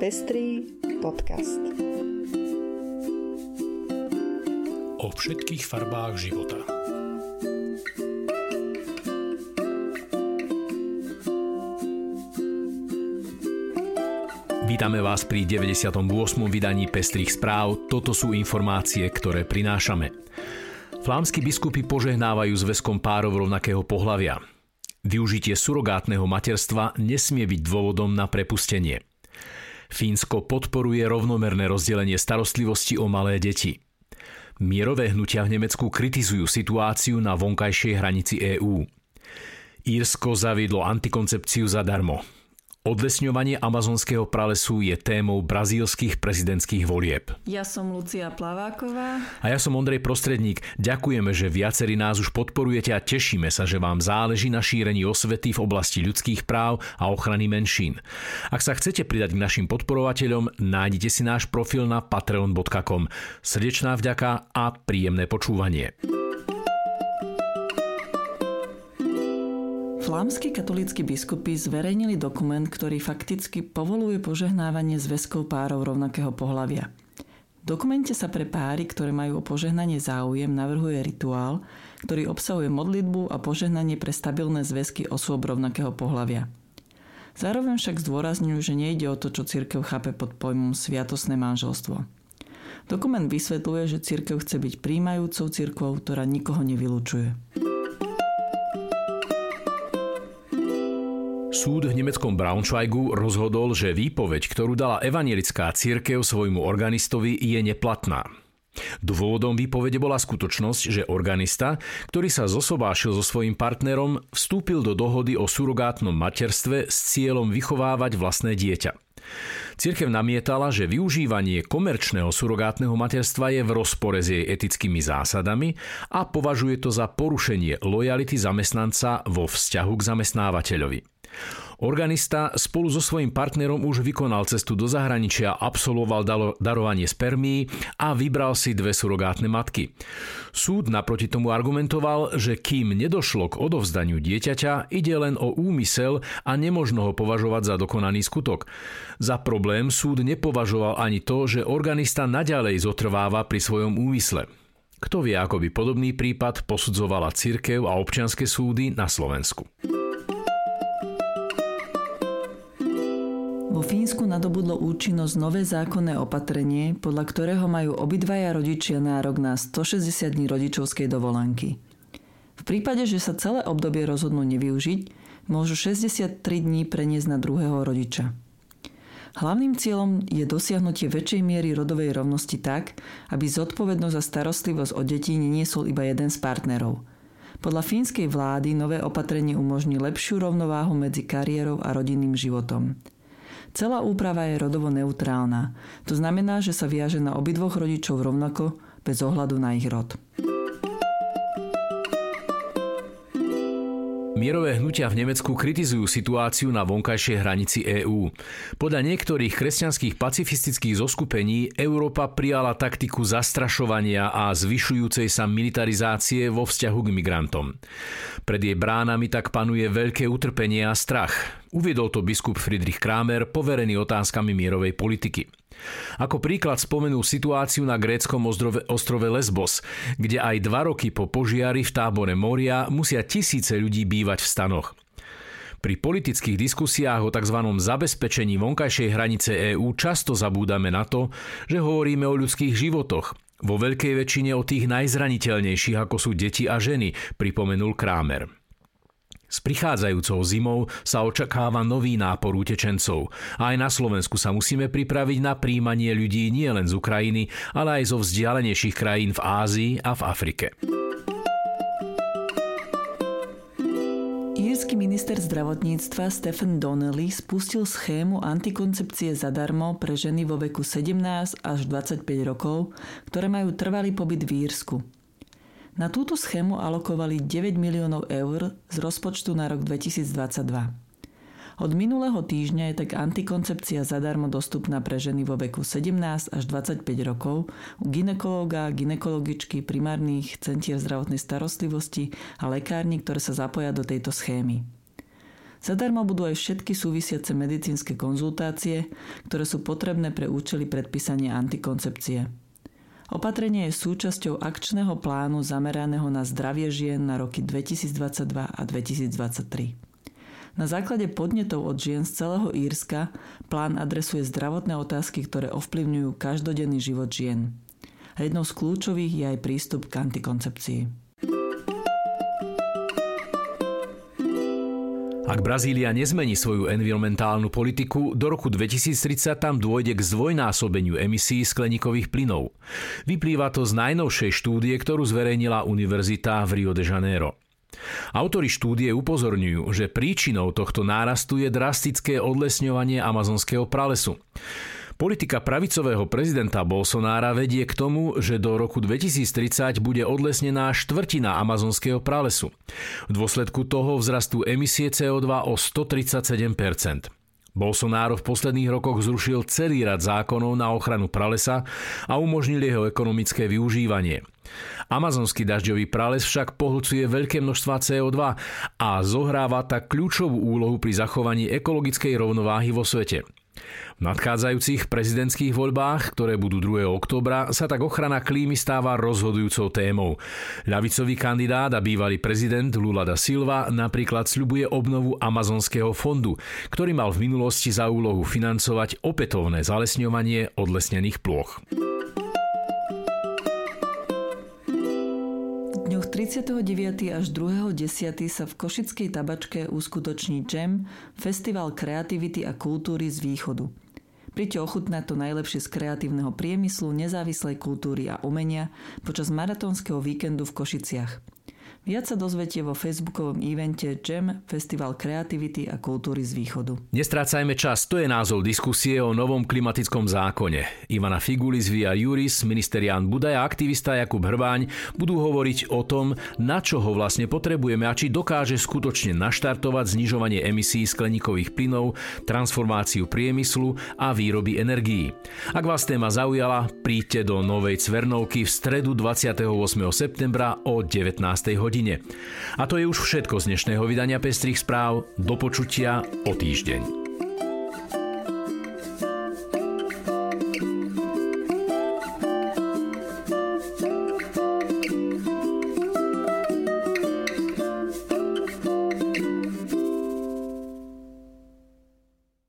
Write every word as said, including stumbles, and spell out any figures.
Pestrý podcast. O všetkých farbách života. Vítame vás pri deväťdesiatom ôsmom vydaní Pestrých správ. Toto sú informácie, ktoré prinášame. Flámski biskupy požehnávajú zväzkom párov rovnakého pohlavia. Využitie surogátneho materstva nesmie byť dôvodom na prepustenie. Fínsko podporuje rovnomerné rozdelenie starostlivosti o malé deti. Mierové hnutia v Nemecku kritizujú situáciu na vonkajšej hranici EÚ. Írsko zaviedlo antikoncepciu zadarmo. Odlesňovanie amazonského pralesu je témou brazílskych prezidentských volieb. Ja som Lucia Plaváková. A ja som Ondrej Prostredník. Ďakujeme, že viacerí nás už podporujete a tešíme sa, že vám záleží na šírení osvety v oblasti ľudských práv a ochrany menšín. Ak sa chcete pridať k našim podporovateľom, nájdite si náš profil na patreon bodka com. Srdečná vďaka a príjemné počúvanie. Flámski katolícki biskupy zverejnili dokument, ktorý fakticky povoľuje požehnávanie zväzkov párov rovnakého pohlavia. V dokumente sa pre páry, ktoré majú o požehnanie záujem, navrhuje rituál, ktorý obsahuje modlitbu a požehnanie pre stabilné zväzky osôb rovnakého pohlavia. Zároveň však zdôrazňujú, že nejde o to, čo cirkev chápe pod pojmom sviatostné manželstvo. Dokument vysvetľuje, že cirkev chce byť prijímajúcou cirkvou, ktorá nikoho nevylučuje. Súd v nemeckom Braunschweigu rozhodol, že výpoveď, ktorú dala evanjelická cirkev svojmu organistovi, je neplatná. Dôvodom výpovede bola skutočnosť, že organista, ktorý sa zosobášil so svojím partnerom, vstúpil do dohody o surogátnom materstve s cieľom vychovávať vlastné dieťa. Cirkev namietala, že využívanie komerčného surogátneho materstva je v rozpore s jej etickými zásadami a považuje to za porušenie lojality zamestnanca vo vzťahu k zamestnávateľovi. Organista spolu so svojím partnerom už vykonal cestu do zahraničia, absolvoval darovanie spermií a vybral si dve surogátne matky. Súd naproti tomu argumentoval, že kým nedošlo k odovzdaniu dieťaťa, ide len o úmysel a nemožno ho považovať za dokonaný skutok. Za problém súd nepovažoval ani to, že organista naďalej zotrváva pri svojom úmysle. Kto vie, ako by podobný prípad posudzovala cirkev a občianske súdy na Slovensku. Vo Fínsku nadobudlo účinnosť nové zákonné opatrenie, podľa ktorého majú obidvaja rodičia nárok na stošesťdesiat dní rodičovskej dovolenky. V prípade, že sa celé obdobie rozhodnú nevyužiť, môžu šesťdesiattri dní preniesť na druhého rodiča. Hlavným cieľom je dosiahnutie väčšej miery rodovej rovnosti tak, aby zodpovednosť za starostlivosť o deti neniesol iba jeden z partnerov. Podľa fínskej vlády nové opatrenie umožní lepšiu rovnováhu medzi kariérou a rodinným životom. Celá úprava je rodovo neutrálna. To znamená, že sa viaže na obidvoch rodičov rovnako, bez ohľadu na ich rod. Mierové hnutia v Nemecku kritizujú situáciu na vonkajšej hranici EÚ. Podľa niektorých kresťanských pacifistických zoskupení Európa prijala taktiku zastrašovania a zvyšujúcej sa militarizácie vo vzťahu k migrantom. Pred jej bránami tak panuje veľké utrpenie a strach. Uviedol to biskup Friedrich Kramer, poverený otázkami mierovej politiky. Ako príklad spomenul situáciu na gréckom ostrove, ostrove Lesbos, kde aj dva roky po požiari v tábore Moria musia tisíce ľudí bývať v stanoch. Pri politických diskusiách o tzv. Zabezpečení vonkajšej hranice EÚ často zabúdame na to, že hovoríme o ľudských životoch. Vo veľkej väčšine o tých najzraniteľnejších, ako sú deti a ženy, pripomenul Kramer. S prichádzajúcou zimou sa očakáva nový nápor utečencov. A aj na Slovensku sa musíme pripraviť na prijímanie ľudí nielen z Ukrajiny, ale aj zo vzdialenejších krajín v Ázii a v Afrike. Írsky minister zdravotníctva Stephen Donnelly spustil schému antikoncepcie zadarmo pre ženy vo veku sedemnásť až dvadsaťpäť rokov, ktoré majú trvalý pobyt v Írsku. Na túto schému alokovali deväť miliónov eur z rozpočtu na rok dvetisícdvadsaťdva. Od minulého týždňa je tak antikoncepcia zadarmo dostupná pre ženy vo veku sedemnásť až dvadsaťpäť rokov u gynekológa, gynekologičky, primárnych centier zdravotnej starostlivosti a lekární, ktoré sa zapoja do tejto schémy. Zadarmo budú aj všetky súvisiace medicínske konzultácie, ktoré sú potrebné pre účely predpísania antikoncepcie. Opatrenie je súčasťou akčného plánu zameraného na zdravie žien na roky dvetisícdvadsaťdva a dvetisícdvadsaťtri. Na základe podnetov od žien z celého Írska plán adresuje zdravotné otázky, ktoré ovplyvňujú každodenný život žien. A jednou z kľúčových je aj prístup k antikoncepcii. Ak Brazília nezmení svoju environmentálnu politiku, do roku dvetisíctridsať tam dôjde k zdvojnásobeniu emisí skleníkových plynov. Vyplýva to z najnovšej štúdie, ktorú zverejnila univerzita v Rio de Janeiro. Autori štúdie upozorňujú, že príčinou tohto nárastu je drastické odlesňovanie amazonského pralesu. Politika pravicového prezidenta Bolsonára vedie k tomu, že do roku dvetisíctridsať bude odlesnená štvrtina amazonského pralesu. V dôsledku toho vzrastú emisie cé ó dva o stotridsaťsedem percent. Bolsonaro v posledných rokoch zrušil celý rad zákonov na ochranu pralesa a umožnil jeho ekonomické využívanie. Amazonský dažďový prales však pohlcuje veľké množstvá cé ó dva a zohráva tak kľúčovú úlohu pri zachovaní ekologickej rovnováhy vo svete. V nadchádzajúcich prezidentských voľbách, ktoré budú druhého októbra, sa tak ochrana klímy stáva rozhodujúcou témou. Ľavicový kandidát a bývalý prezident Lula da Silva napríklad sľubuje obnovu amazonského fondu, ktorý mal v minulosti za úlohu financovať opätovné zalesňovanie odlesnených plôch. V dňoch tridsiateho deviateho až druhého desiateho sa v Košickej Tabačke uskutoční Jam, festival kreativity a kultúry z východu. Príďte ochutnať to najlepšie z kreatívneho priemyslu, nezávislej kultúry a umenia počas maratónskeho víkendu v Košiciach. Viac sa dozviete vo facebookovom evente Jam, festival kreativity a kultúry z východu. Nestrácajme čas, to je názov diskusie o novom klimatickom zákone. Ivana Figulis via Juris, minister Ján Budaj a aktivista Jakub Hrváň budú hovoriť o tom, na čo ho vlastne potrebujeme a či dokáže skutočne naštartovať znižovanie emisí skleníkových plynov, transformáciu priemyslu a výroby energií. Ak vás téma zaujala, príďte do Novej Cvernovky v stredu dvadsiateho ôsmeho septembra o devätnástej hodine. A to je už všetko z dnešného vydania Pestrých správ. Do počutia o týždeň.